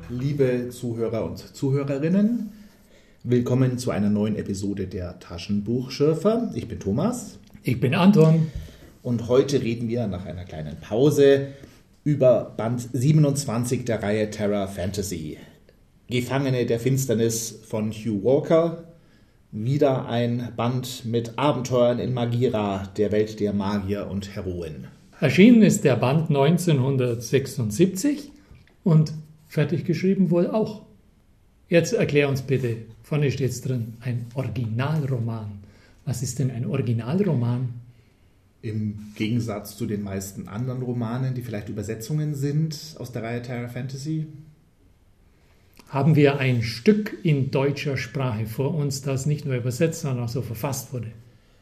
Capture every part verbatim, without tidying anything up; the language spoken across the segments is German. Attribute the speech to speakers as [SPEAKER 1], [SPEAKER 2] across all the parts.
[SPEAKER 1] Liebe Zuhörer und Zuhörerinnen, willkommen zu einer neuen Episode der Taschenbuchschürfer. Ich bin Thomas.
[SPEAKER 2] Ich bin Anton.
[SPEAKER 1] Und heute reden wir nach einer kleinen Pause über Band siebenundzwanzig der Reihe Terra Fantasy. Gefangene der Finsternis von Hugh Walker. Wieder ein Band mit Abenteuern in Maghera, der Welt der Magier und Heroen.
[SPEAKER 2] Erschienen ist der Band neunzehnhundertsechsundsiebzig und fertig geschrieben wohl auch. Jetzt erklär uns bitte, vorne steht es drin, ein Originalroman. Was ist denn ein Originalroman?
[SPEAKER 1] Im Gegensatz zu den meisten anderen Romanen, die vielleicht Übersetzungen sind aus der Reihe Terra Fantasy,
[SPEAKER 2] haben wir ein Stück in deutscher Sprache vor uns, das nicht nur übersetzt, sondern auch so verfasst wurde.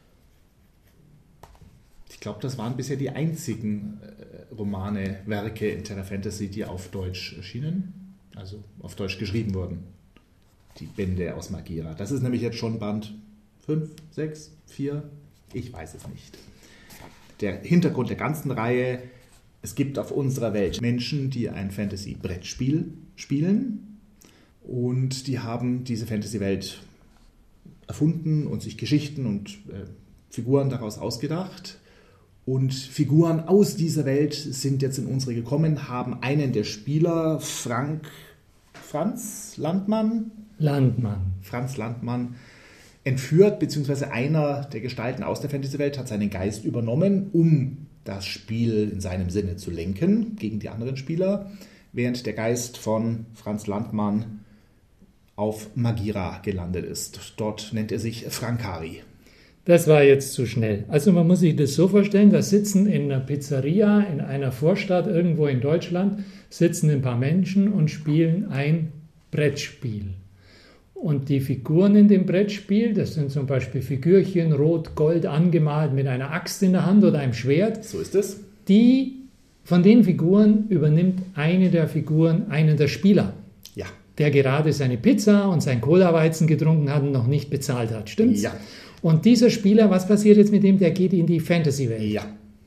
[SPEAKER 1] Ich glaube, das waren bisher die einzigen äh, Romane, Werke in Terra Fantasy, die auf Deutsch erschienen, also auf Deutsch geschrieben wurden. Die Bände aus Maghera. Das ist nämlich jetzt schon Band fünf, sechs, vier, ich weiß es nicht. Der Hintergrund der ganzen Reihe: Es gibt auf unserer Welt Menschen, die ein Fantasy-Brettspiel spielen. Und die haben diese Fantasy-Welt erfunden und sich Geschichten und äh, Figuren daraus ausgedacht. Und Figuren aus dieser Welt sind jetzt in unsere gekommen, haben einen der Spieler, Frank, Franz Landmann,
[SPEAKER 2] Landmann.
[SPEAKER 1] Franz Landmann, entführt, beziehungsweise einer der Gestalten aus der Fantasy-Welt hat seinen Geist übernommen, um das Spiel in seinem Sinne zu lenken gegen die anderen Spieler, während der Geist von Franz Landmann auf Maghera gelandet ist. Dort nennt er sich Frankari.
[SPEAKER 2] Das war jetzt zu schnell. Also man muss sich das so vorstellen, da sitzen in einer Pizzeria in einer Vorstadt irgendwo in Deutschland, sitzen ein paar Menschen und spielen ein Brettspiel. Und die Figuren in dem Brettspiel, das sind zum Beispiel Figürchen, rot, gold angemalt mit einer Axt in der Hand oder einem Schwert.
[SPEAKER 1] So ist es.
[SPEAKER 2] Die, von den Figuren übernimmt eine der Figuren einen der Spieler.
[SPEAKER 1] Ja.
[SPEAKER 2] Der gerade seine Pizza und sein Cola-Weizen getrunken hat und noch nicht bezahlt hat. Stimmt's?
[SPEAKER 1] Ja.
[SPEAKER 2] Und dieser Spieler, was passiert jetzt mit dem? Der geht in die Fantasy-Welt.
[SPEAKER 1] Ja.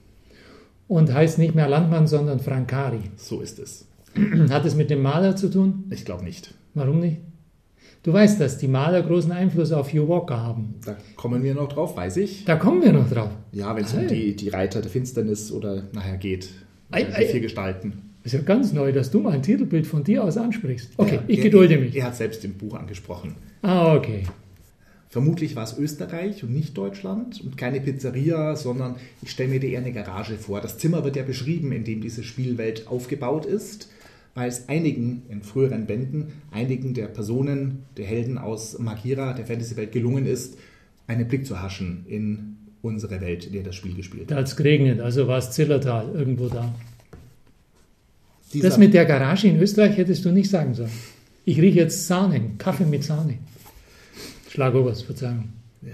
[SPEAKER 2] Und heißt nicht mehr Landmann, sondern Frankari.
[SPEAKER 1] So ist es.
[SPEAKER 2] Hat es mit dem Maler zu tun?
[SPEAKER 1] Ich glaube nicht.
[SPEAKER 2] Warum nicht? Du weißt, dass die Maler großen Einfluss auf Hugh Walker haben.
[SPEAKER 1] Da kommen wir noch drauf, weiß ich.
[SPEAKER 2] Da kommen wir noch drauf.
[SPEAKER 1] Ja, wenn es um die, die Reiter der Finsternis oder nachher geht.
[SPEAKER 2] Ei,
[SPEAKER 1] die
[SPEAKER 2] ei.
[SPEAKER 1] vier Gestalten.
[SPEAKER 2] Ist ja ganz neu, dass du mal ein Titelbild von dir aus ansprichst. Okay,
[SPEAKER 1] Ja,
[SPEAKER 2] ich
[SPEAKER 1] er,
[SPEAKER 2] gedulde mich.
[SPEAKER 1] Er hat selbst im Buch angesprochen.
[SPEAKER 2] Ah, okay.
[SPEAKER 1] Vermutlich war es Österreich und nicht Deutschland und keine Pizzeria, sondern ich stelle mir dir eher eine Garage vor. Das Zimmer wird ja beschrieben, in dem diese Spielwelt aufgebaut ist, weil es einigen in früheren Bänden, einigen der Personen, der Helden aus Maghera, der Fantasy-Welt, gelungen ist, einen Blick zu haschen in unsere Welt, in der das Spiel gespielt
[SPEAKER 2] Da
[SPEAKER 1] wird.
[SPEAKER 2] hat es geregnet, also war es Zillertal, irgendwo da.
[SPEAKER 1] Dieser,
[SPEAKER 2] Das mit der Garage in Österreich hättest du nicht sagen sollen. Ich rieche jetzt Sahne, Kaffee mit Sahne. Schlagobers, Verzeihung.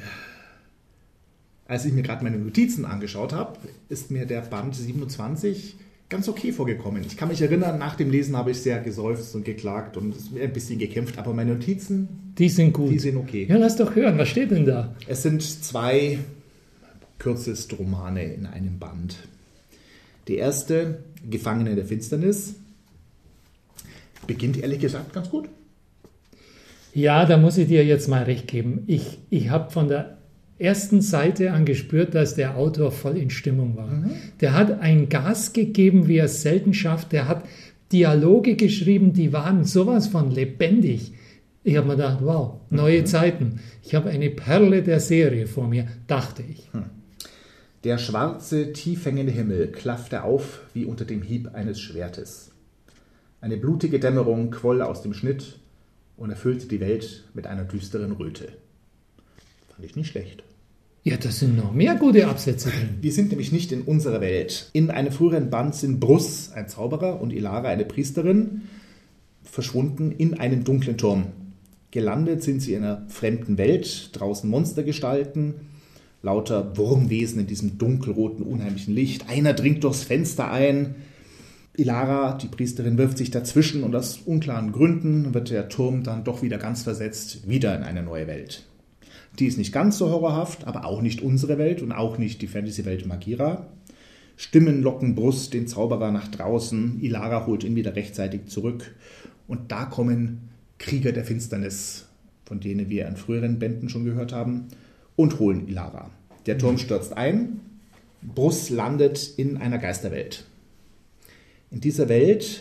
[SPEAKER 1] Als ich mir gerade meine Notizen angeschaut habe, ist mir der Band siebenundzwanzig ganz okay vorgekommen. Ich kann mich erinnern, nach dem Lesen habe ich sehr geseufzt und geklagt und ein bisschen gekämpft, aber meine Notizen,
[SPEAKER 2] Die sind gut.
[SPEAKER 1] die sind okay.
[SPEAKER 2] Ja, lass doch hören, was steht denn da?
[SPEAKER 1] Es sind zwei Kürzest-Romane in einem Band. Die erste, Gefangene der Finsternis, beginnt ehrlich gesagt ganz gut.
[SPEAKER 2] Ja, da muss ich dir jetzt mal recht geben. Ich, ich habe von der ersten Seite an gespürt, dass der Autor voll in Stimmung war. Mhm. Der hat ein Gas gegeben, wie er es selten schafft. Der hat Dialoge geschrieben, die waren sowas von lebendig. Ich habe mir gedacht, wow, neue mhm. Zeiten. Ich habe eine Perle der Serie vor mir, dachte ich.
[SPEAKER 1] Hm. Der schwarze, tief hängende Himmel klaffte auf wie unter dem Hieb eines Schwertes. Eine blutige Dämmerung quoll aus dem Schnitt und erfüllte die Welt mit einer düsteren Röte. Fand ich nicht schlecht.
[SPEAKER 2] Ja, da sind noch mehr gute Absätze drin.
[SPEAKER 1] Wir sind nämlich nicht in unserer Welt. In einem früheren Band sind Bruss, ein Zauberer, und Ilara, eine Priesterin, verschwunden in einem dunklen Turm. Gelandet sind sie in einer fremden Welt, draußen Monstergestalten, lauter Wurmwesen in diesem dunkelroten, unheimlichen Licht. Einer dringt durchs Fenster ein. Ilara, die Priesterin, wirft sich dazwischen und aus unklaren Gründen wird der Turm dann doch wieder ganz versetzt, wieder in eine neue Welt. Die ist nicht ganz so horrorhaft, aber auch nicht unsere Welt und auch nicht die Fantasy-Welt Maghera. Stimmen locken Bruss, den Zauberer, nach draußen. Ilara holt ihn wieder rechtzeitig zurück Und da kommen Krieger der Finsternis, von denen wir in früheren Bänden schon gehört haben, und holen Ilara. Der Turm stürzt ein, Bruss landet in einer Geisterwelt. In dieser Welt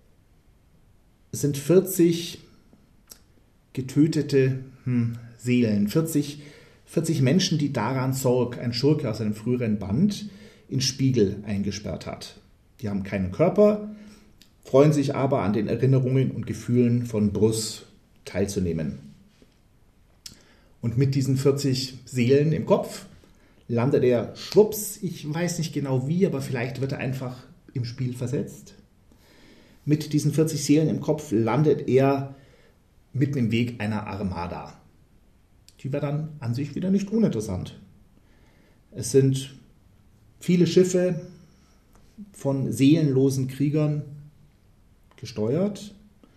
[SPEAKER 1] sind vierzig getötete hm, Seelen, vierzig, vierzig Menschen, die Daran Sorg, ein Schurke aus einem früheren Band, in Spiegel eingesperrt hat. Die haben keinen Körper, freuen sich aber an den Erinnerungen und Gefühlen von Bruss teilzunehmen. Und mit diesen vierzig Seelen im Kopf landet er schwupps, ich weiß nicht genau wie, aber vielleicht wird er einfach im Spiel versetzt. Mit diesen vierzig Seelen im Kopf landet er mitten im Weg einer Armada. Die wäre dann an sich wieder nicht uninteressant. Es sind viele Schiffe von seelenlosen Kriegern gesteuert,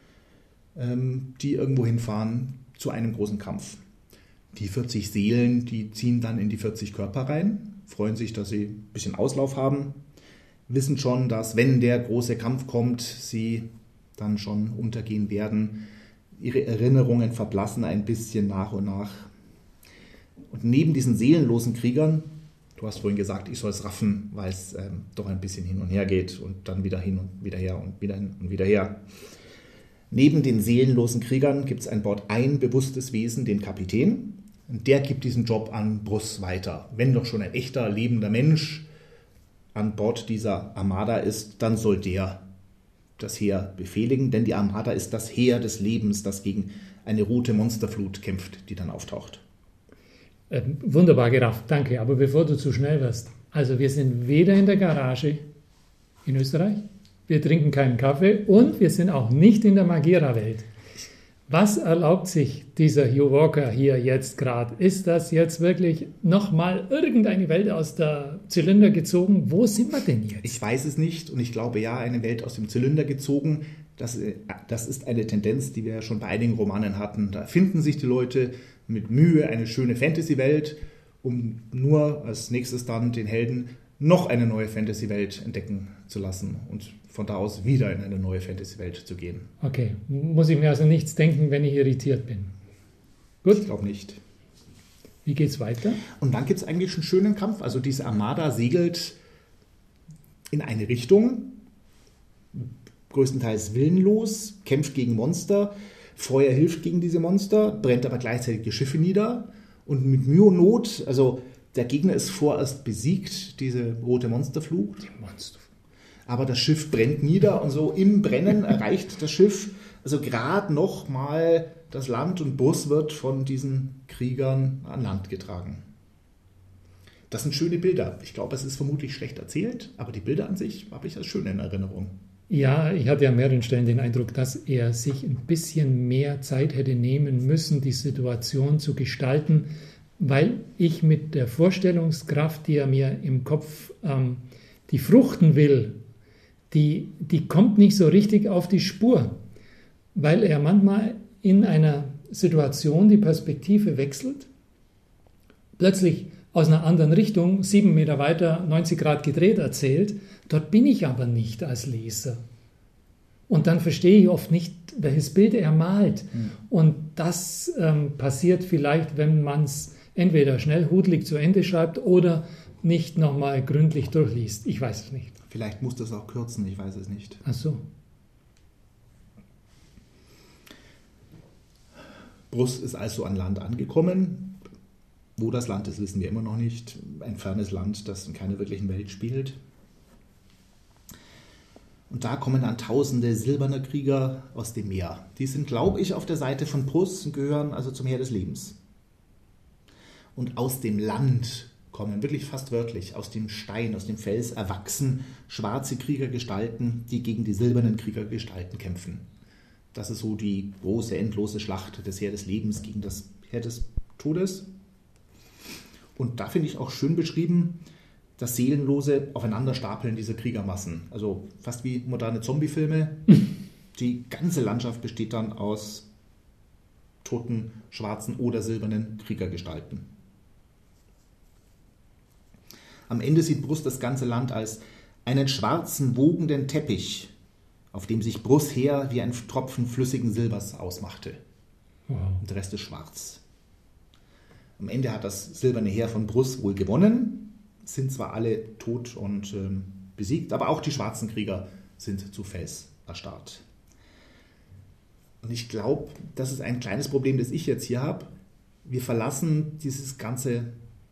[SPEAKER 1] die irgendwo hinfahren zu einem großen Kampf. Die vierzig Seelen, die ziehen dann in die vierzig Körper rein, freuen sich, dass sie ein bisschen Auslauf haben, wissen schon, dass, wenn der große Kampf kommt, sie dann schon untergehen werden. Ihre Erinnerungen verblassen ein bisschen nach und nach. Und neben diesen seelenlosen Kriegern, du hast vorhin gesagt, ich soll es raffen, weil es ähm, doch ein bisschen hin und her geht und dann wieder hin und wieder her und wieder hin und wieder her. Neben den seelenlosen Kriegern gibt es an Bord ein bewusstes Wesen, den Kapitän. Und der gibt diesen Job an Bruss weiter. Wenn doch schon ein echter, lebender Mensch an Bord dieser Armada ist, dann soll der das Heer befehligen, denn die Armada ist das Heer des Lebens, das gegen eine rote Monsterflut kämpft, die dann auftaucht.
[SPEAKER 2] Ähm, wunderbar gerafft, danke. Aber bevor du zu schnell wirst, also wir sind weder in der Garage in Österreich, wir trinken keinen Kaffee und wir sind auch nicht in der Magira-Welt. Was erlaubt sich dieser Hugh Walker hier jetzt gerade? Ist das jetzt wirklich nochmal irgendeine Welt aus der Zylinder gezogen? Wo sind wir denn jetzt?
[SPEAKER 1] Ich weiß es nicht und ich glaube ja, eine Welt aus dem Zylinder gezogen. Das, das ist eine Tendenz, die wir ja schon bei einigen Romanen hatten. Da finden sich die Leute mit Mühe eine schöne Fantasy-Welt, um nur als nächstes dann den Helden noch eine neue Fantasy-Welt entdecken zu lassen und von da aus wieder in eine neue Fantasy-Welt zu gehen.
[SPEAKER 2] Okay, muss ich mir also nichts denken, wenn ich irritiert bin. Gut.
[SPEAKER 1] Ich glaube nicht.
[SPEAKER 2] Wie geht's weiter?
[SPEAKER 1] Und dann gibt es eigentlich einen schönen Kampf. Also diese Armada segelt in eine Richtung, größtenteils willenlos, kämpft gegen Monster, Feuer hilft gegen diese Monster, brennt aber gleichzeitig die Schiffe nieder und mit Mühe und Not, also der Gegner ist vorerst besiegt, diese rote Monsterflut.
[SPEAKER 2] Die Monsterflut.
[SPEAKER 1] Aber das Schiff brennt nieder und so im Brennen erreicht das Schiff also gerade noch mal das Land und Bruss wird von diesen Kriegern an Land getragen. Das sind schöne Bilder. Ich glaube, es ist vermutlich schlecht erzählt, aber die Bilder an sich habe ich als schön in Erinnerung.
[SPEAKER 2] Ja, ich hatte an mehreren Stellen den Eindruck, dass er sich ein bisschen mehr Zeit hätte nehmen müssen, die Situation zu gestalten, weil ich mit der Vorstellungskraft, die er mir im Kopf ähm, die fruchten will, die, die kommt nicht so richtig auf die Spur, weil er manchmal in einer Situation die Perspektive wechselt, plötzlich aus einer anderen Richtung, sieben Meter weiter, neunzig Grad gedreht erzählt. Dort bin ich aber nicht als Leser. Und dann verstehe ich oft nicht, welches Bild er malt. Mhm. Und das ähm, passiert vielleicht, wenn man es entweder schnell hudelig zu Ende schreibt oder nicht nochmal gründlich durchliest. Ich weiß es nicht.
[SPEAKER 1] Vielleicht muss das auch kürzen, ich weiß es nicht.
[SPEAKER 2] Ach so.
[SPEAKER 1] Bruss ist also an Land angekommen. Wo das Land ist, wissen wir immer noch nicht. Ein fernes Land, das in keiner wirklichen Welt spielt. Und da kommen dann tausende silberner Krieger aus dem Meer. Die sind, glaube ich, auf der Seite von Bruss und gehören also zum Heer des Lebens. Und aus dem Land kommen, wirklich fast wörtlich, aus dem Stein, aus dem Fels erwachsen schwarze Kriegergestalten, die gegen die silbernen Kriegergestalten kämpfen. Das ist so die große, endlose Schlacht des Heer des Lebens gegen das Heer des Todes. Und da finde ich auch schön beschrieben, das seelenlose Aufeinanderstapeln dieser Kriegermassen. Also fast wie moderne Zombie-Filme. Die ganze Landschaft besteht dann aus toten, schwarzen oder silbernen Kriegergestalten. Am Ende sieht Bruss das ganze Land als einen schwarzen, wogenden Teppich auf dem sich Brus Heer wie ein Tropfen flüssigen Silbers ausmachte.
[SPEAKER 2] Wow.
[SPEAKER 1] Und der Rest ist schwarz. Am Ende hat das silberne Heer von Brus wohl gewonnen, sind zwar alle tot und ähm, besiegt, aber auch die schwarzen Krieger sind zu Fels erstarrt. Und ich glaube, das ist ein kleines Problem, das ich jetzt hier habe. Wir verlassen dieses ganze,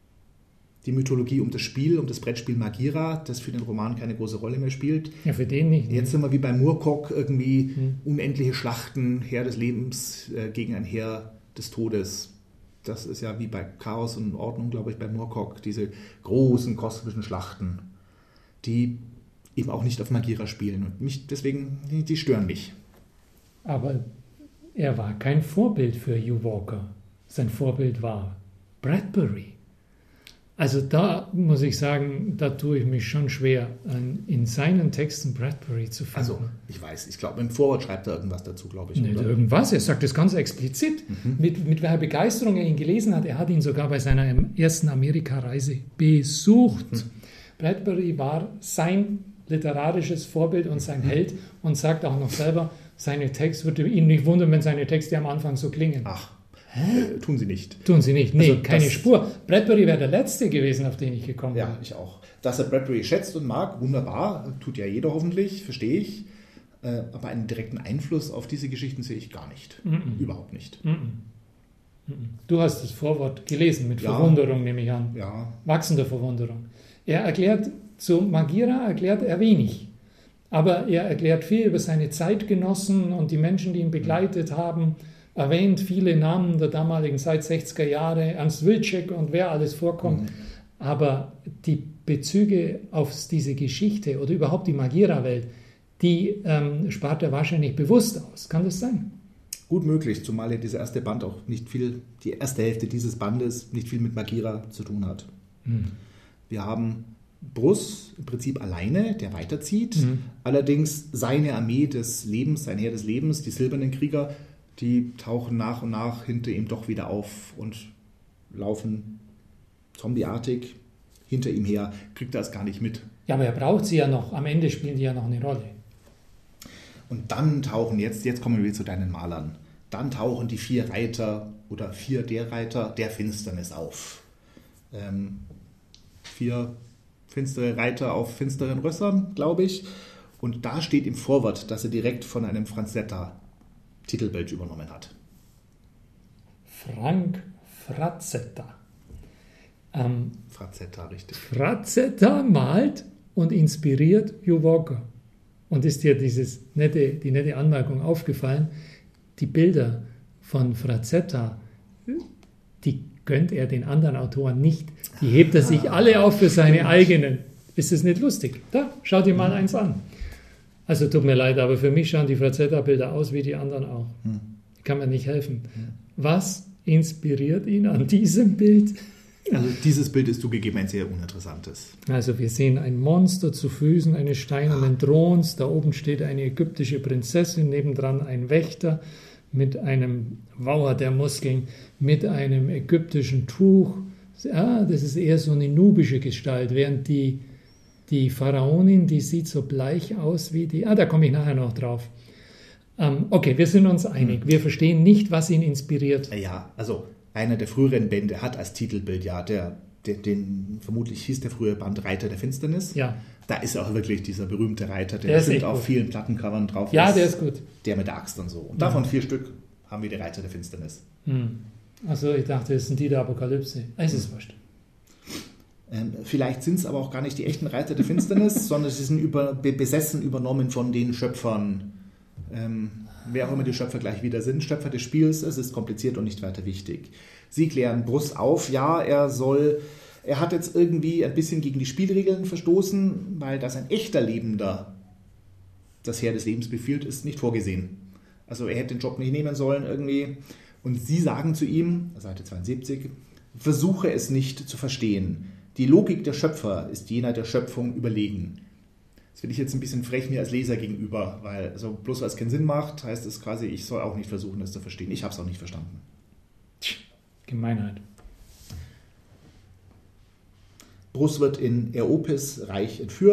[SPEAKER 1] die Mythologie um das Spiel, um das Brettspiel Maghera, das für den Roman keine große Rolle mehr spielt.
[SPEAKER 2] Ja, für den nicht.
[SPEAKER 1] Jetzt sind wir wie bei Moorcock, irgendwie
[SPEAKER 2] hm.
[SPEAKER 1] unendliche Schlachten, Heer des Lebens äh, gegen ein Heer des Todes. Das ist ja wie bei Chaos und Ordnung, glaube ich, bei Moorcock, diese großen kosmischen Schlachten, die eben auch nicht auf Maghera spielen. Und mich deswegen, die stören mich.
[SPEAKER 2] Aber er war kein Vorbild für Hugh Walker. Sein Vorbild war Bradbury. Also da muss ich sagen, da tue ich mich schon schwer, in seinen Texten Bradbury zu finden.
[SPEAKER 1] Also, ich weiß, ich glaube, im Vorwort schreibt er irgendwas dazu, glaube ich.
[SPEAKER 2] Nicht
[SPEAKER 1] oder?
[SPEAKER 2] irgendwas, er sagt das ganz explizit, mhm. mit, mit welcher Begeisterung er ihn gelesen hat. Er hat ihn sogar bei seiner ersten Amerikareise besucht. Mhm. Bradbury war sein literarisches Vorbild und sein mhm. Held und sagt auch noch selber, seine Texte, würde ihn nicht wundern, wenn seine Texte am Anfang so klingen.
[SPEAKER 1] Ach. Äh, tun sie nicht.
[SPEAKER 2] Tun sie nicht, nee,
[SPEAKER 1] also
[SPEAKER 2] keine
[SPEAKER 1] das,
[SPEAKER 2] Spur. Bradbury wäre der Letzte gewesen, auf den ich gekommen bin.
[SPEAKER 1] Ja, ich auch. Dass er Bradbury schätzt und mag, wunderbar, tut ja jeder hoffentlich, verstehe ich. Äh, aber einen direkten Einfluss auf diese Geschichten sehe ich gar nicht. Mm-mm. Überhaupt nicht.
[SPEAKER 2] Mm-mm. Du hast das Vorwort gelesen, mit
[SPEAKER 1] ja.
[SPEAKER 2] Verwunderung nehme ich an.
[SPEAKER 1] Ja.
[SPEAKER 2] Wachsender Verwunderung. Er erklärt, zu Maghera erklärt er wenig. Aber er erklärt viel über seine Zeitgenossen und die Menschen, die ihn begleitet haben. Erwähnt viele Namen der damaligen Zeit, sechziger Jahre, Ernst Wilczek und wer alles vorkommt. Mhm. Aber die Bezüge auf diese Geschichte oder überhaupt die Maghera-Welt, die ähm, spart er wahrscheinlich bewusst aus. Kann das sein?
[SPEAKER 1] Gut möglich, zumal ja dieser erste Band auch nicht viel, die erste Hälfte dieses Bandes nicht viel mit Maghera zu tun hat. Mhm. Wir haben Brus im Prinzip alleine, der weiterzieht. Mhm. Allerdings seine Armee des Lebens, sein Heer des Lebens, die silbernen Krieger, die tauchen nach und nach hinter ihm doch wieder auf und laufen zombieartig hinter ihm her. Kriegt er es gar nicht mit.
[SPEAKER 2] Ja, aber er braucht sie ja noch. Am Ende spielen die ja noch eine Rolle.
[SPEAKER 1] Und dann tauchen, jetzt, jetzt kommen wir zu deinen Malern, dann tauchen die vier Reiter oder vier der Reiter der Finsternis auf. Ähm, vier finstere Reiter auf finsteren Rössern, glaube ich. Und da steht im Vorwort, dass er direkt von einem Franzetta Titelbild übernommen hat.
[SPEAKER 2] Frank Frazetta. Ähm,
[SPEAKER 1] Frazetta, richtig.
[SPEAKER 2] Frazetta malt und inspiriert Hugh Walker. Und ist dir dieses nette, die nette Anmerkung aufgefallen? Die Bilder von Frazetta, die gönnt er den anderen Autoren nicht. Die hebt er sich alle auf für seine eigenen. Ist es nicht lustig? Da, schau dir mal eins an. Also tut mir leid, aber für mich schauen die Frazetta-Bilder aus wie die anderen auch. Hm. Kann mir nicht helfen. Hm. Was inspiriert ihn an diesem Bild?
[SPEAKER 1] Also dieses Bild ist zugegeben ein sehr uninteressantes.
[SPEAKER 2] Also wir sehen ein Monster zu Füßen eines steinernen Throns. Da oben steht eine ägyptische Prinzessin, nebendran ein Wächter mit einem Wauer der Muskeln, mit einem ägyptischen Tuch. Ah, das ist eher so eine nubische Gestalt, während die Die Pharaonin, die sieht so bleich aus wie die... Ah, da komme ich nachher noch drauf. Ähm, okay, wir sind uns einig. Wir verstehen nicht, was ihn inspiriert.
[SPEAKER 1] Ja, also einer der früheren Bände hat als Titelbild ja, der, der, den vermutlich hieß der frühere Band Reiter der Finsternis.
[SPEAKER 2] Ja.
[SPEAKER 1] Da ist auch wirklich dieser berühmte Reiter, der, der bestimmt auf vielen Plattencovern drauf
[SPEAKER 2] ja,
[SPEAKER 1] ist.
[SPEAKER 2] Ja, der ist gut.
[SPEAKER 1] Der mit der Axt und so. Und davon ja. vier Stück haben wir die Reiter der Finsternis.
[SPEAKER 2] Hm. Also ich dachte, es sind die der Apokalypse. Es ist hm. wurscht.
[SPEAKER 1] Ähm, vielleicht sind es aber auch gar nicht die echten Reiter der Finsternis, sondern sie sind über, be, besessen übernommen von den Schöpfern. Ähm, wer auch immer die Schöpfer gleich wieder sind. Schöpfer des Spiels, es ist kompliziert und nicht weiter wichtig. Sie klären Brus auf, ja, er soll, er hat jetzt irgendwie ein bisschen gegen die Spielregeln verstoßen, weil das ein echter Lebender das Heer des Lebens befiehlt, ist nicht vorgesehen. Also er hätte den Job nicht nehmen sollen irgendwie. Und sie sagen zu ihm, Seite zweiundsiebzig, versuche es nicht zu verstehen. Die Logik der Schöpfer ist jener der Schöpfung überlegen. Das finde ich jetzt ein bisschen frech mir als Leser gegenüber, weil also bloß weil es keinen Sinn macht, heißt es quasi, ich soll auch nicht versuchen, das zu verstehen. Ich habe es auch nicht verstanden.
[SPEAKER 2] Gemeinheit.
[SPEAKER 1] Brus wird in Eopis Reich entführt.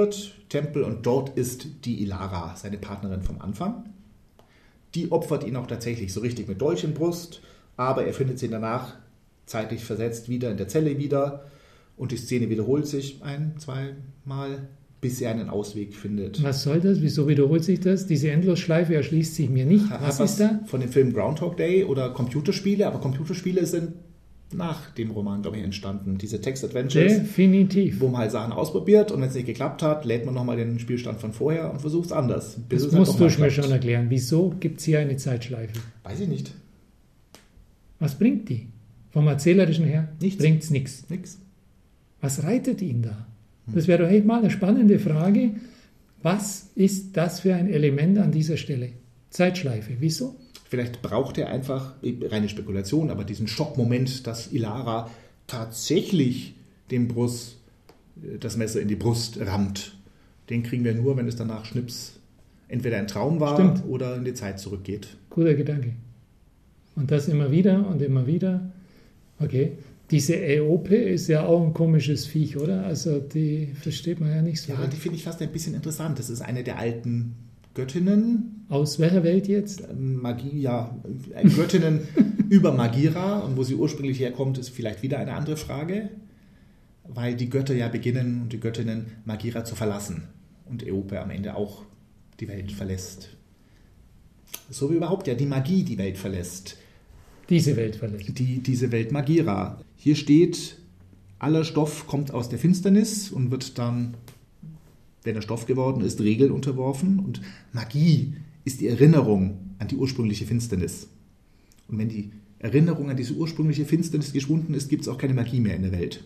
[SPEAKER 1] Tempel und dort ist die Ilara, seine Partnerin vom Anfang. Die opfert ihn auch tatsächlich so richtig mit Dolch in Brust, aber er findet sie danach zeitlich versetzt wieder in der Zelle wieder und die Szene wiederholt sich ein, zweimal, bis er einen Ausweg findet.
[SPEAKER 2] Was soll das? Wieso wiederholt sich das? Diese Endlosschleife erschließt sich mir nicht. Was, was ist da?
[SPEAKER 1] Von dem Film Groundhog Day oder Computerspiele, aber Computerspiele sind nach dem Roman, glaube ich, entstanden. Diese Text-Adventures,
[SPEAKER 2] definitiv,
[SPEAKER 1] wo man halt Sachen ausprobiert und wenn es nicht geklappt hat, lädt man nochmal den Spielstand von vorher und versucht es anders.
[SPEAKER 2] Bis das musst du mir schon erklären. Wieso gibt es hier eine Zeitschleife?
[SPEAKER 1] Weiß ich nicht.
[SPEAKER 2] Was bringt die? Vom Erzählerischen her bringt es nichts.
[SPEAKER 1] Nichts.
[SPEAKER 2] Was reitet ihn da? Das wäre doch echt mal eine spannende Frage. Was ist das für ein Element an dieser Stelle? Zeitschleife. Wieso?
[SPEAKER 1] Vielleicht braucht er einfach, reine Spekulation, aber diesen Schockmoment, dass Ilara tatsächlich dem Bruce das Messer in die Brust rammt. Den kriegen wir nur, wenn es danach schnips entweder ein Traum war
[SPEAKER 2] Stimmt.
[SPEAKER 1] oder in die Zeit zurückgeht.
[SPEAKER 2] Guter Gedanke. Und das immer wieder und immer wieder. Okay. Diese Äope ist ja auch ein komisches Viech, oder? Also die versteht man ja nicht so.
[SPEAKER 1] Ja, die finde ich fast ein bisschen interessant. Das ist eine der alten Göttinnen.
[SPEAKER 2] Aus welcher Welt jetzt?
[SPEAKER 1] Magie, ja. Göttinnen über Maghera. Und wo sie ursprünglich herkommt, ist vielleicht wieder eine andere Frage. Weil die Götter ja beginnen und die Göttinnen Maghera zu verlassen. Und Äope am Ende auch die Welt verlässt. So wie überhaupt ja die Magie die Welt verlässt.
[SPEAKER 2] Diese Welt verlässt.
[SPEAKER 1] Die, diese Welt Maghera. Hier steht, aller Stoff kommt aus der Finsternis und wird dann, wenn er Stoff geworden ist, Regeln unterworfen. Und Magie ist die Erinnerung an die ursprüngliche Finsternis. Und wenn die Erinnerung an diese ursprüngliche Finsternis geschwunden ist, gibt es auch keine Magie mehr in der Welt.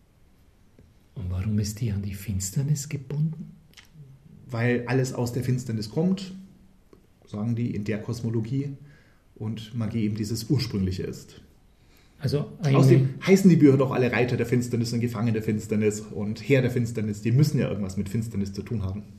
[SPEAKER 2] Und warum ist die an die Finsternis gebunden?
[SPEAKER 1] Weil alles aus der Finsternis kommt, sagen die in der Kosmologie, und Magie eben dieses Ursprüngliche ist.
[SPEAKER 2] Also
[SPEAKER 1] Außerdem heißen die Bücher doch alle Reiter der Finsternis und Gefangene der Finsternis und Herr der Finsternis. Die müssen ja irgendwas mit Finsternis zu tun haben.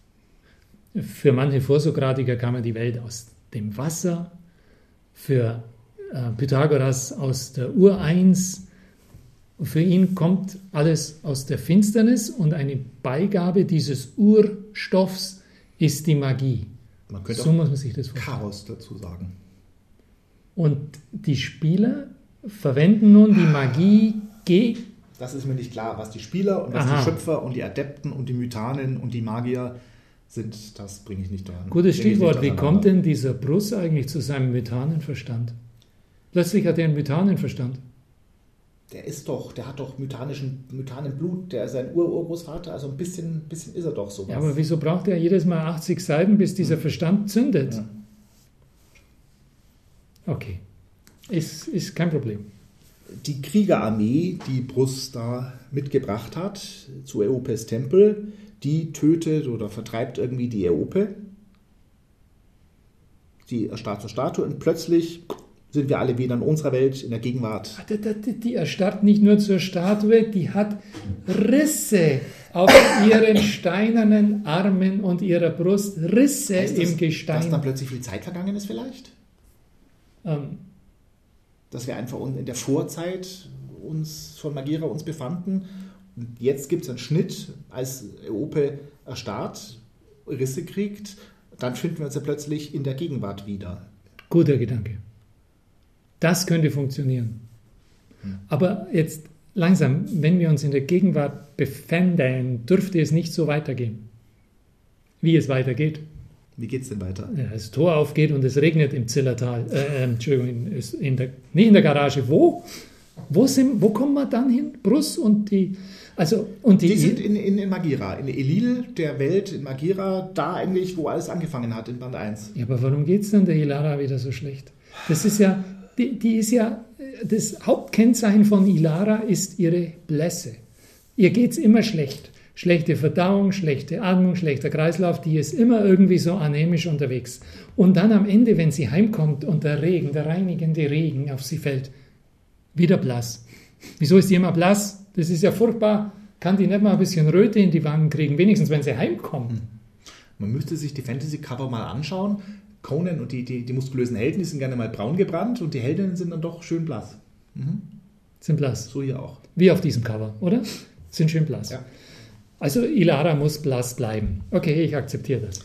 [SPEAKER 2] Für manche Vorsokratiker kann man die Welt aus dem Wasser, für äh, Pythagoras aus der Ureins. Für ihn kommt alles aus der Finsternis und eine Beigabe dieses Urstoffs ist die Magie.
[SPEAKER 1] Man könnte
[SPEAKER 2] so
[SPEAKER 1] auch
[SPEAKER 2] muss man sich das vorstellen.
[SPEAKER 1] Chaos dazu sagen.
[SPEAKER 2] Und die Spieler verwenden nun die Magie gegen...
[SPEAKER 1] Das ist mir nicht klar, was die Spieler und was Aha. die Schöpfer und die Adepten und die Mythanen und die Magier sind, das bringe ich nicht daran.
[SPEAKER 2] Gutes Stichwort, wie kommt denn dieser Bruce eigentlich zu seinem Mythanenverstand? Plötzlich hat er einen Mythanenverstand.
[SPEAKER 1] Der ist doch, der hat doch mythanischen, Mythanenblut, der ist sein Ur-Urgroßvater, also ein bisschen, bisschen ist er doch sowas.
[SPEAKER 2] Ja, aber wieso braucht er jedes Mal achtzig Seiten, bis dieser hm. Verstand zündet? Ja. Okay, ist, ist kein Problem.
[SPEAKER 1] Die Kriegerarmee, die Bruce da mitgebracht hat zu Äopes Tempel, die tötet oder vertreibt irgendwie die Äope. Die erstarrt zur Statue und plötzlich sind wir alle wieder in unserer Welt, in der Gegenwart.
[SPEAKER 2] Die, die erstarrt nicht nur zur Statue, die hat Risse auf ihren steinernen Armen und ihrer Brust, Risse heißt das, im Gestein.
[SPEAKER 1] Dass dann plötzlich viel Zeit vergangen ist vielleicht?
[SPEAKER 2] Ähm.
[SPEAKER 1] Dass wir einfach in der Vorzeit uns von Maghera uns befanden. Und jetzt gibt es einen Schnitt, als Äope erstarrt, Risse kriegt, dann finden wir uns ja plötzlich in der Gegenwart wieder.
[SPEAKER 2] Guter Gedanke. Das könnte funktionieren. Hm. Aber jetzt langsam, wenn wir uns in der Gegenwart befänden, dürfte es nicht so weitergehen, wie es weitergeht.
[SPEAKER 1] Wie geht es denn weiter?
[SPEAKER 2] Ja, das Tor aufgeht und es regnet im Zillertal. Äh, Entschuldigung, in, in der, nicht in der Garage. Wo? Wo, sind, wo kommen wir dann hin? Bruce und die... Also, und die,
[SPEAKER 1] die sind in, in, in Maghera, in Elil, der Welt, in Maghera, da eigentlich, wo alles angefangen hat, in Band eins.
[SPEAKER 2] Ja, aber warum geht es denn der Ilara wieder so schlecht? Das ist ja... Die, die ist ja, das Hauptkennzeichen von Ilara ist ihre Blässe. Ihr geht es immer schlecht. Schlechte Verdauung, schlechte Atmung, schlechter Kreislauf, die ist immer irgendwie so anämisch unterwegs. Und dann am Ende, wenn sie heimkommt und der Regen, der reinigende Regen auf sie fällt, wieder blass. Wieso ist die immer blass? Das ist ja furchtbar. Kann die nicht mal ein bisschen Röte in die Wangen kriegen, wenigstens wenn sie heimkommt?
[SPEAKER 1] Man müsste sich die Fantasy-Cover mal anschauen. Conan und die, die, die muskulösen Helden, die sind gerne mal braun gebrannt und die Heldinnen sind dann doch schön blass. Mhm.
[SPEAKER 2] Sind blass.
[SPEAKER 1] So hier auch.
[SPEAKER 2] Wie auf diesem Cover, oder? Sind schön blass.
[SPEAKER 1] Ja.
[SPEAKER 2] Also Ilara muss blass bleiben. Okay, ich akzeptiere das.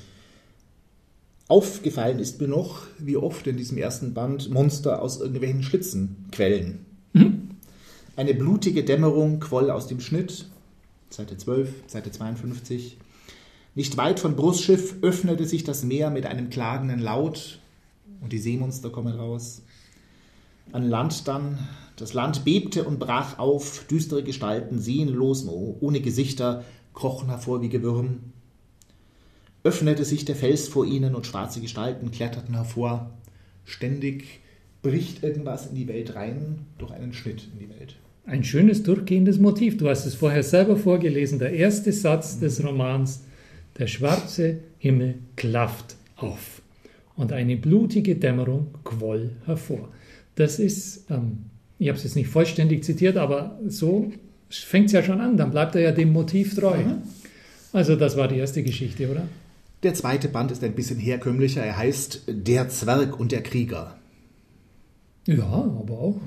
[SPEAKER 1] Aufgefallen ist mir noch, wie oft in diesem ersten Band Monster aus irgendwelchen Schlitzen quellen.
[SPEAKER 2] Mhm.
[SPEAKER 1] Eine blutige Dämmerung quoll aus dem Schnitt, Seite zwölf, Seite zweiundfünfzig. Nicht weit von Brustschiff öffnete sich das Meer mit einem klagenden Laut und die Seemonster kommen raus. An Land dann, das Land bebte und brach auf, düstere Gestalten, seelenlos, ohne Gesichter, krochen hervor wie Gewürm. Öffnete sich der Fels vor ihnen und schwarze Gestalten kletterten hervor. Ständig bricht irgendwas in die Welt rein, durch einen Schnitt in die Welt.
[SPEAKER 2] Ein schönes, durchgehendes Motiv. Du hast es vorher selber vorgelesen. Der erste Satz des Romans: Der schwarze Himmel klafft auf und eine blutige Dämmerung quoll hervor. Das ist, ähm, ich habe es jetzt nicht vollständig zitiert, aber so fängt es ja schon an. Dann bleibt er ja dem Motiv treu. Mhm. Also das war die erste Geschichte, oder?
[SPEAKER 1] Der zweite Band ist ein bisschen herkömmlicher. Er heißt Der Zwerg und der Krieger.
[SPEAKER 2] Ja, aber auch.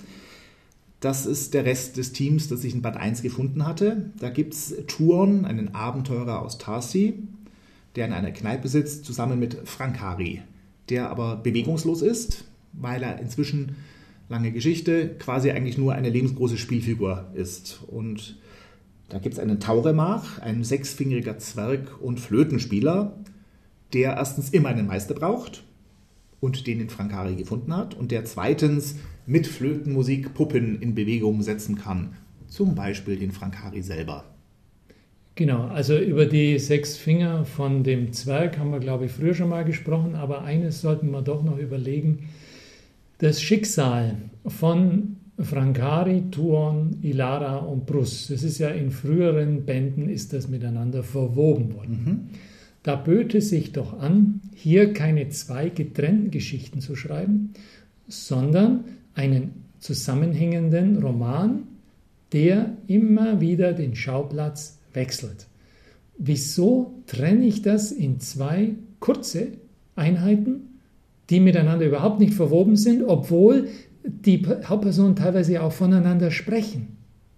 [SPEAKER 1] Das ist der Rest des Teams, das ich in Band eins gefunden hatte. Da gibt es Tuon, einen Abenteurer aus Tarsi, der in einer Kneipe sitzt, zusammen mit Frankari, der aber bewegungslos ist, weil er inzwischen, lange Geschichte, quasi eigentlich nur eine lebensgroße Spielfigur ist. Und da gibt es einen Tauremach, ein sechsfingeriger Zwerg und Flötenspieler, der erstens immer einen Meister braucht und den den Frankari gefunden hat und der zweitens mit Flötenmusik Puppen in Bewegung setzen kann, zum Beispiel den Frankari selber.
[SPEAKER 2] Genau, also über die sechs Finger von dem Zwerg haben wir, glaube ich, früher schon mal gesprochen, aber eines sollten wir doch noch überlegen. Das Schicksal von Frankari, Tuon, Ilara und Brus, das ist ja in früheren Bänden ist das miteinander verwoben worden. Mhm. Da böte sich doch an, hier keine zwei getrennten Geschichten zu schreiben, sondern einen zusammenhängenden Roman, der immer wieder den Schauplatz wechselt. Wieso trenne ich das in zwei kurze Einheiten, die miteinander überhaupt nicht verwoben sind, obwohl die Hauptpersonen teilweise auch voneinander sprechen?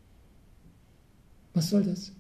[SPEAKER 2] Was soll das?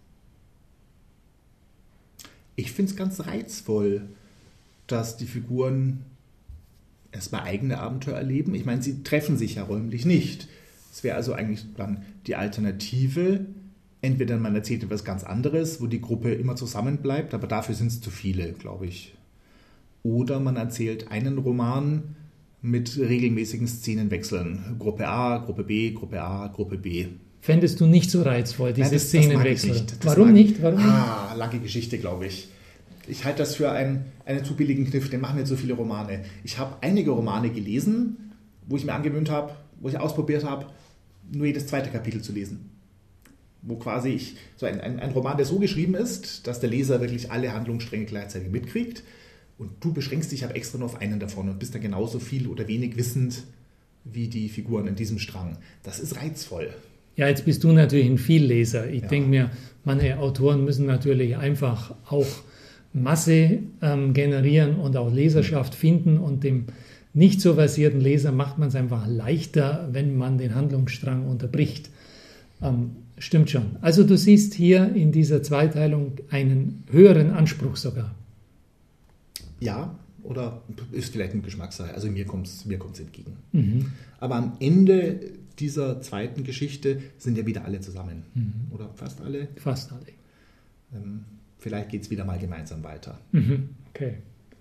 [SPEAKER 1] Ich finde es ganz reizvoll, dass die Figuren erstmal eigene Abenteuer erleben. Ich meine, sie treffen sich ja räumlich nicht. Es wäre also eigentlich dann die Alternative. Entweder man erzählt etwas ganz anderes, wo die Gruppe immer zusammenbleibt, aber dafür sind es zu viele, glaube ich. Oder man erzählt einen Roman mit regelmäßigen Szenenwechseln. Gruppe A, Gruppe B, Gruppe A, Gruppe B.
[SPEAKER 2] Fändest du nicht so reizvoll, diese
[SPEAKER 1] Nein, das,
[SPEAKER 2] Szenenwechsel?
[SPEAKER 1] Das nicht. Das
[SPEAKER 2] Warum nicht? Warum
[SPEAKER 1] ah, nicht? Lange Geschichte, glaube ich. Ich halte das für ein, einen zu billigen Kniff, den machen nicht so viele Romane. Ich habe einige Romane gelesen, wo ich mir angewöhnt habe, wo ich ausprobiert habe, nur jedes zweite Kapitel zu lesen. Wo quasi ich, so ein, ein, ein Roman, der so geschrieben ist, dass der Leser wirklich alle Handlungsstränge gleichzeitig mitkriegt und du beschränkst dich aber extra nur auf einen davon und bist dann genauso viel oder wenig wissend wie die Figuren in diesem Strang. Das ist reizvoll.
[SPEAKER 2] Ja, jetzt bist du natürlich ein Vielleser. Ich
[SPEAKER 1] ja.
[SPEAKER 2] denke mir, manche Autoren müssen natürlich einfach auch Masse ähm, generieren und auch Leserschaft finden und dem nicht so versierten Leser macht man es einfach leichter, wenn man den Handlungsstrang unterbricht. Ähm, stimmt schon. Also du siehst hier in dieser Zweiteilung einen höheren Anspruch sogar.
[SPEAKER 1] Ja, oder ist vielleicht eine Geschmackssache. Also mir kommt es mir kommt's entgegen.
[SPEAKER 2] Mhm.
[SPEAKER 1] Aber am Ende dieser zweiten Geschichte sind ja wieder alle zusammen. Mhm. Oder fast alle?
[SPEAKER 2] Fast alle.
[SPEAKER 1] Ähm, vielleicht geht es wieder mal gemeinsam weiter.
[SPEAKER 2] Mhm. Okay.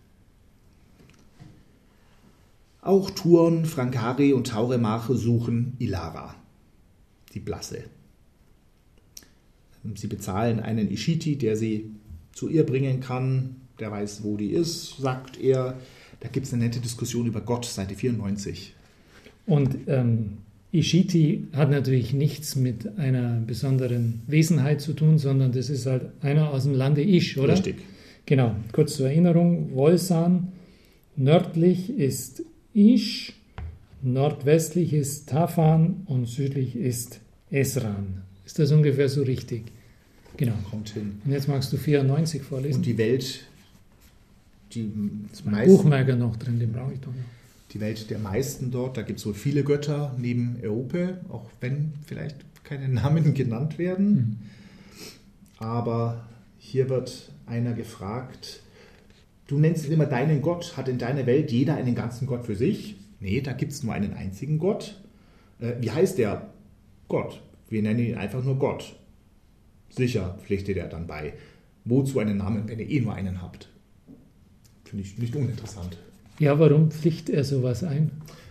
[SPEAKER 1] Auch Tuon, Frankari und Tauremach suchen Ilara, die Blasse. Sie bezahlen einen Ishiti, der sie zu ihr bringen kann. Der weiß, wo die ist, sagt er. Da gibt es eine nette Diskussion über Gott, Seite vierundneunzig.
[SPEAKER 2] Und ähm, Ishiti hat natürlich nichts mit einer besonderen Wesenheit zu tun, sondern das ist halt einer aus dem Lande Ish, oder?
[SPEAKER 1] Richtig.
[SPEAKER 2] Genau, kurz zur Erinnerung, Volsan, nördlich ist Ish, nordwestlich ist Tafan und südlich ist Esran. Ist das ungefähr so richtig? Genau.
[SPEAKER 1] Kommt hin.
[SPEAKER 2] Und jetzt magst du vierundneunzig vorlesen.
[SPEAKER 1] Und die Welt, die
[SPEAKER 2] meisten, Buchmerker noch drin, den brauche ich doch noch.
[SPEAKER 1] Die Welt der meisten dort, da gibt es wohl viele Götter neben Eope, auch wenn vielleicht keine Namen genannt werden. Mhm. aber hier wird einer gefragt, du nennst es immer deinen Gott, hat in deiner Welt jeder einen ganzen Gott für sich? Nee, da gibt es nur einen einzigen Gott. Äh, wie heißt der? Gott. Wir nennen ihn einfach nur Gott. Sicher, pflichtet er dann bei. Wozu einen Namen, wenn ihr eh nur einen habt? Finde ich nicht uninteressant.
[SPEAKER 2] Ja, warum pflichtet er sowas ein?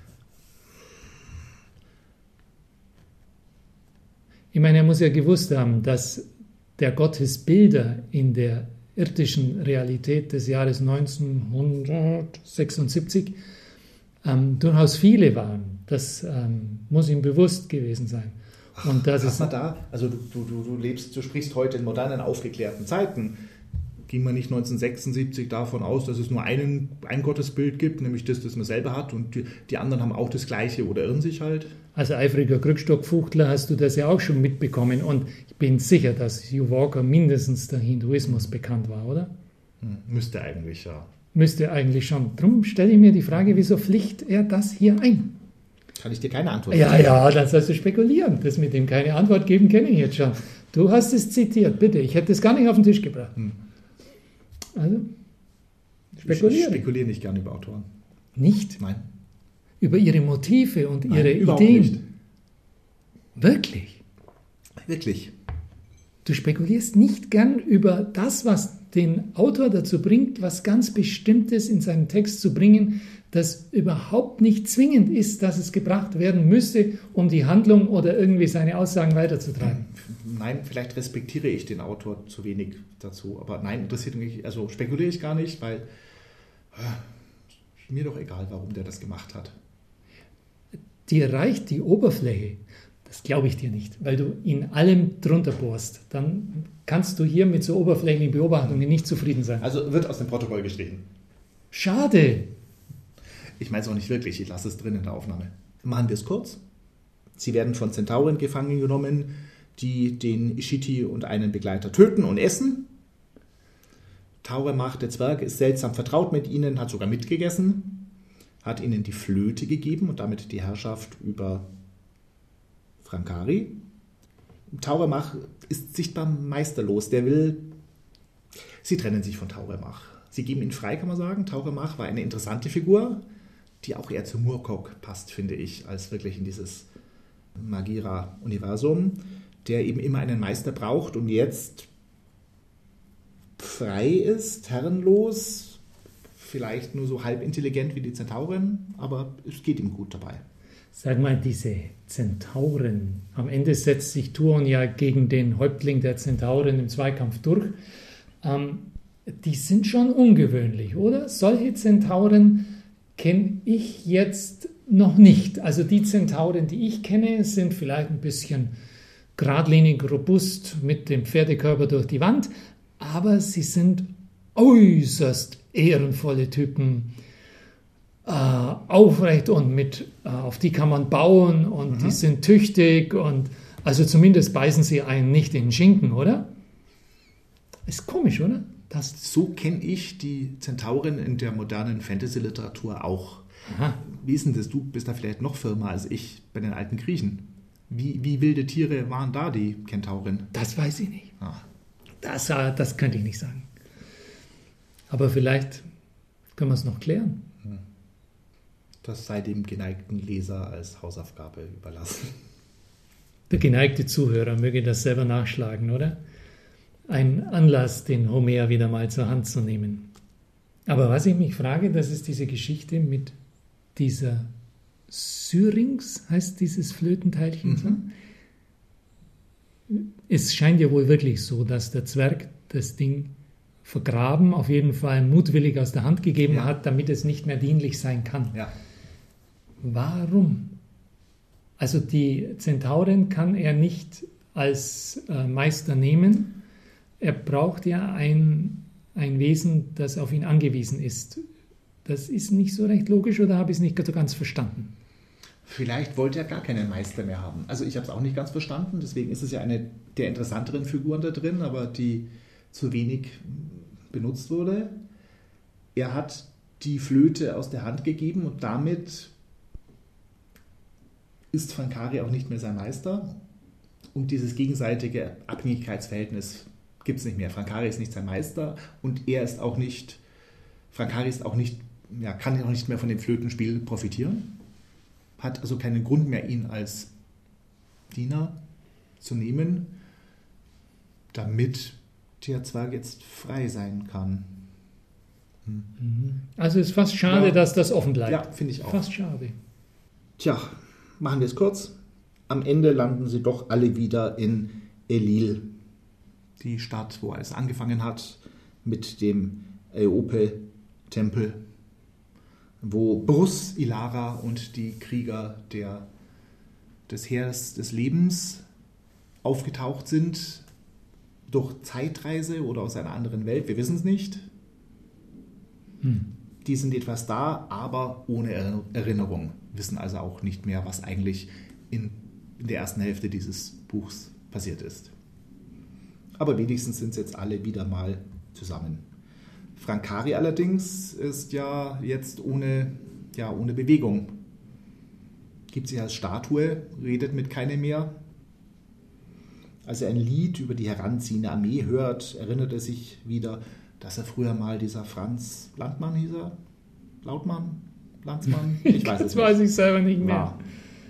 [SPEAKER 2] Ich meine, er muss ja gewusst haben, dass der Gottesbilder in der irdischen Realität des Jahres neunzehnhundertsechsundsiebzig ähm, durchaus viele waren. Das ähm, muss ihm bewusst gewesen sein. Und das
[SPEAKER 1] Hat
[SPEAKER 2] ist
[SPEAKER 1] man da, also du, du, du lebst, du sprichst heute in modernen, aufgeklärten Zeiten. Ging man nicht neunzehnhundertsechsundsiebzig davon aus, dass es nur einen, ein Gottesbild gibt, nämlich das, das man selber hat, und die, die anderen haben auch das Gleiche oder irren sich halt?
[SPEAKER 2] Als eifriger Krückstockfuchtler hast du das ja auch schon mitbekommen, und ich bin sicher, dass Hugh Walker mindestens der Hinduismus bekannt war, oder?
[SPEAKER 1] Hm, müsste eigentlich, ja.
[SPEAKER 2] Müsste eigentlich schon. Drum stelle ich mir die Frage, wieso pflichtet er das hier ein?
[SPEAKER 1] Kann ich dir keine Antwort
[SPEAKER 2] Ja,
[SPEAKER 1] geben?
[SPEAKER 2] ja, dann sollst du spekulieren. Das mit dem keine Antwort geben, kenne ich jetzt schon. Du hast es zitiert, bitte. Ich hätte es gar nicht auf den Tisch gebracht.
[SPEAKER 1] Hm.
[SPEAKER 2] Also,
[SPEAKER 1] Ich
[SPEAKER 2] spekulieren.
[SPEAKER 1] spekuliere nicht gerne über Autoren.
[SPEAKER 2] Nicht?
[SPEAKER 1] Nein.
[SPEAKER 2] Über ihre Motive und
[SPEAKER 1] Nein,
[SPEAKER 2] ihre
[SPEAKER 1] überhaupt
[SPEAKER 2] Ideen?
[SPEAKER 1] nicht.
[SPEAKER 2] Wirklich?
[SPEAKER 1] Wirklich.
[SPEAKER 2] Du spekulierst nicht gern über das, was den Autor dazu bringt, was ganz Bestimmtes in seinen Text zu bringen, das überhaupt nicht zwingend ist, dass es gebracht werden müsste, um die Handlung oder irgendwie seine Aussagen weiterzutreiben.
[SPEAKER 1] Nein, vielleicht respektiere ich den Autor zu wenig dazu, aber nein, interessiert mich, also spekuliere ich gar nicht, weil äh, mir doch egal, warum der das gemacht hat.
[SPEAKER 2] Dir reicht die Oberfläche, das glaube ich dir nicht, weil du in allem drunter bohrst. Dann kannst du hier mit so oberflächlichen Beobachtungen nicht zufrieden sein.
[SPEAKER 1] Also wird aus dem Protokoll gestrichen.
[SPEAKER 2] Schade.
[SPEAKER 1] Ich meine es auch nicht wirklich, ich lasse es drin in der Aufnahme. Machen wir es kurz. Sie werden von Zentauren gefangen genommen, die den Ishiti und einen Begleiter töten und essen. Tauremach, der Zwerg, ist seltsam vertraut mit ihnen, hat sogar mitgegessen, hat ihnen die Flöte gegeben und damit die Herrschaft über Frankari. Tauremach ist sichtbar meisterlos, der will... Sie trennen sich von Tauremach. Sie geben ihn frei, kann man sagen. Tauremach war eine interessante Figur, die auch eher zu Moorcock passt, finde ich, als wirklich in dieses Magira-Universum, der eben immer einen Meister braucht und jetzt frei ist, herrenlos, vielleicht nur so halb intelligent wie die Zentauren, aber es geht ihm gut dabei.
[SPEAKER 2] Sag mal, diese Zentauren, am Ende setzt sich Tuon ja gegen den Häuptling der Zentauren im Zweikampf durch. Ähm, die sind schon ungewöhnlich, oder? Solche Zentauren kenne ich jetzt noch nicht. Also die Zentauren, die ich kenne, sind vielleicht ein bisschen geradlinig, robust mit dem Pferdekörper durch die Wand, aber sie sind äußerst ehrenvolle Typen, äh, aufrecht und mit, äh, auf die kann man bauen und mhm. die sind tüchtig und also zumindest beißen sie einen nicht in den Schinken, oder? Ist komisch, oder?
[SPEAKER 1] Das, so kenne ich die Zentauren in der modernen Fantasy-Literatur auch.
[SPEAKER 2] Aha.
[SPEAKER 1] Wie ist denn das? Du bist da vielleicht noch firmer als ich bei den alten Griechen. Wie, wie wilde Tiere waren da die Kentauren?
[SPEAKER 2] Das weiß ich nicht.
[SPEAKER 1] Ah.
[SPEAKER 2] Das, das könnte ich nicht sagen. Aber vielleicht können wir es noch klären.
[SPEAKER 1] Das sei dem geneigten Leser als Hausaufgabe überlassen.
[SPEAKER 2] Der geneigte Zuhörer möge das selber nachschlagen, oder? Ein Anlass, den Homer wieder mal zur Hand zu nehmen. Aber was ich mich frage, das ist diese Geschichte mit dieser Syrinx, heißt dieses Flötenteilchen so? Mhm. Es scheint ja wohl wirklich so, dass der Zwerg das Ding vergraben, auf jeden Fall mutwillig aus der Hand gegeben ja. hat, damit es nicht mehr dienlich sein kann.
[SPEAKER 1] Ja. Warum?
[SPEAKER 2] Also die Zentauren kann er nicht als äh, Meister nehmen. Er braucht ja ein, ein Wesen, das auf ihn angewiesen ist. Das ist nicht so recht logisch, oder habe ich es nicht so ganz verstanden?
[SPEAKER 1] Vielleicht wollte er gar keinen Meister mehr haben. Also ich habe es auch nicht ganz verstanden, deswegen ist es ja eine der interessanteren Figuren da drin, aber die zu wenig benutzt wurde. Er hat die Flöte aus der Hand gegeben und damit ist Frankari auch nicht mehr sein Meister. Und dieses gegenseitige Abhängigkeitsverhältnis gibt es nicht mehr. Francari ist nicht sein Meister und er ist auch nicht, Francari ist auch nicht, ja, kann auch nicht mehr von dem Flötenspiel profitieren, hat also keinen Grund mehr, ihn als Diener zu nehmen, damit der Zwerg jetzt frei sein kann.
[SPEAKER 2] Hm. Also es ist fast schade, ja, dass das offen bleibt.
[SPEAKER 1] Ja, finde ich auch.
[SPEAKER 2] Fast schade.
[SPEAKER 1] Tja, machen wir es kurz. Am Ende landen sie doch alle wieder in Elil, die Stadt, wo alles angefangen hat, mit dem Aeope-Tempel, wo Brus, Ilara und die Krieger der, des Heeres des Lebens aufgetaucht sind, durch Zeitreise oder aus einer anderen Welt, wir wissen es nicht. Hm. Die sind etwas da, aber ohne Erinnerung, wissen also auch nicht mehr, was eigentlich in, in der ersten Hälfte dieses Buchs passiert ist. Aber wenigstens sind sie jetzt alle wieder mal zusammen. Francari allerdings ist ja jetzt ohne, ja, ohne Bewegung. Gibt sich als Statue, redet mit keinem mehr. Als er ein Lied über die heranziehende Armee hört, erinnert er sich wieder, dass er früher mal dieser Franz Landmann hieß er? Lautmann? Landsmann? Ich weiß es
[SPEAKER 2] nicht. Das weiß ich selber nicht mehr.
[SPEAKER 1] War.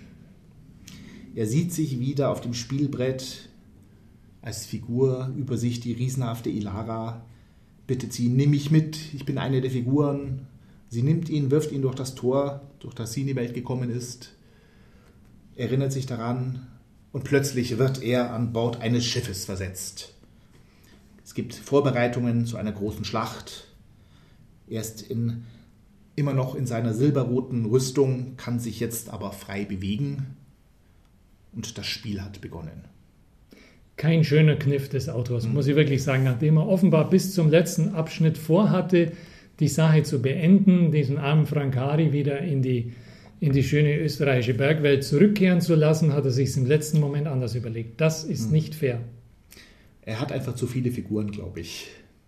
[SPEAKER 1] Er sieht sich wieder auf dem Spielbrett als Figur über sich die riesenhafte Ilara, bittet sie, nimm mich mit, ich bin eine der Figuren. Sie nimmt ihn, wirft ihn durch das Tor, durch das sie in die Welt gekommen ist, erinnert sich daran und plötzlich wird er an Bord eines Schiffes versetzt. Es gibt Vorbereitungen zu einer großen Schlacht. Er ist in, immer noch in seiner silberroten Rüstung, kann sich jetzt aber frei bewegen und das Spiel hat begonnen.
[SPEAKER 2] Kein schöner Kniff des Autors, mhm. muss ich wirklich sagen, nachdem er offenbar bis zum letzten Abschnitt vorhatte, die Sache zu beenden, diesen armen Francari wieder in die, in die schöne österreichische Bergwelt zurückkehren zu lassen, hat er sich im letzten Moment anders überlegt. Das ist mhm. nicht fair.
[SPEAKER 1] Er hat einfach zu viele Figuren, glaube ich.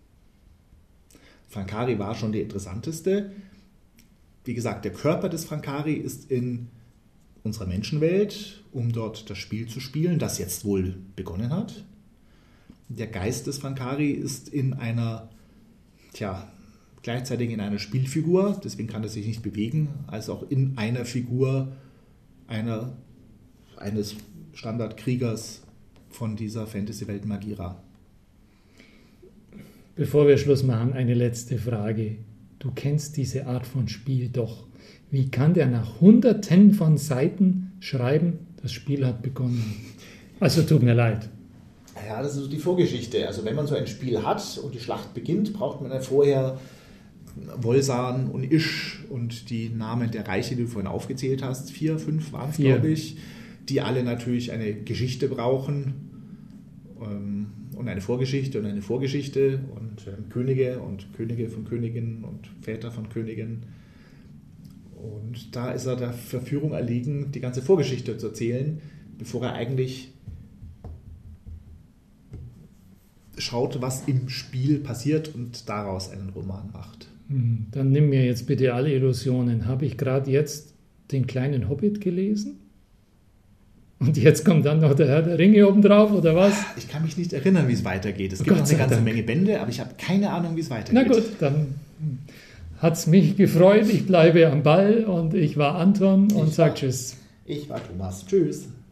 [SPEAKER 1] Francari war schon der interessanteste. Wie gesagt, der Körper des Francari ist in unserer Menschenwelt, um dort das Spiel zu spielen, das jetzt wohl begonnen hat. Der Geist des Francari ist in einer, tja, gleichzeitig in einer Spielfigur, deswegen kann er sich nicht bewegen, als auch in einer Figur einer, eines Standardkriegers von dieser Fantasy-Welt Maghera.
[SPEAKER 2] Bevor wir Schluss machen, eine letzte Frage. Du kennst diese Art von Spiel doch. Wie kann der nach Hunderten von Seiten schreiben, das Spiel hat begonnen? Also tut mir leid.
[SPEAKER 1] Ja, das ist so die Vorgeschichte. Also wenn man so ein Spiel hat und die Schlacht beginnt, braucht man ja vorher Volsan und Isch und die Namen der Reiche, die du vorhin aufgezählt hast. Vier, fünf waren es, glaube ich. Die alle natürlich eine Geschichte brauchen ähm, und eine Vorgeschichte und eine Vorgeschichte und ähm, Könige und Könige von Königinnen und Väter von Königinnen. Und da ist er der Verführung erlegen, die ganze Vorgeschichte zu erzählen, bevor er eigentlich schaut, was im Spiel passiert und daraus einen Roman macht.
[SPEAKER 2] Dann nimm mir jetzt bitte alle Illusionen. Habe ich gerade jetzt den kleinen Hobbit gelesen? Und jetzt kommt dann noch der Herr der Ringe oben drauf, oder was?
[SPEAKER 1] Ich kann mich nicht erinnern, wie es weitergeht. Es gibt noch eine ganze Menge Bände, aber ich habe keine Ahnung, wie es weitergeht.
[SPEAKER 2] Na gut, dann hat es mich gefreut. Ich bleibe am Ball und ich war Anton und sage Tschüss.
[SPEAKER 1] Ich war Thomas. Tschüss.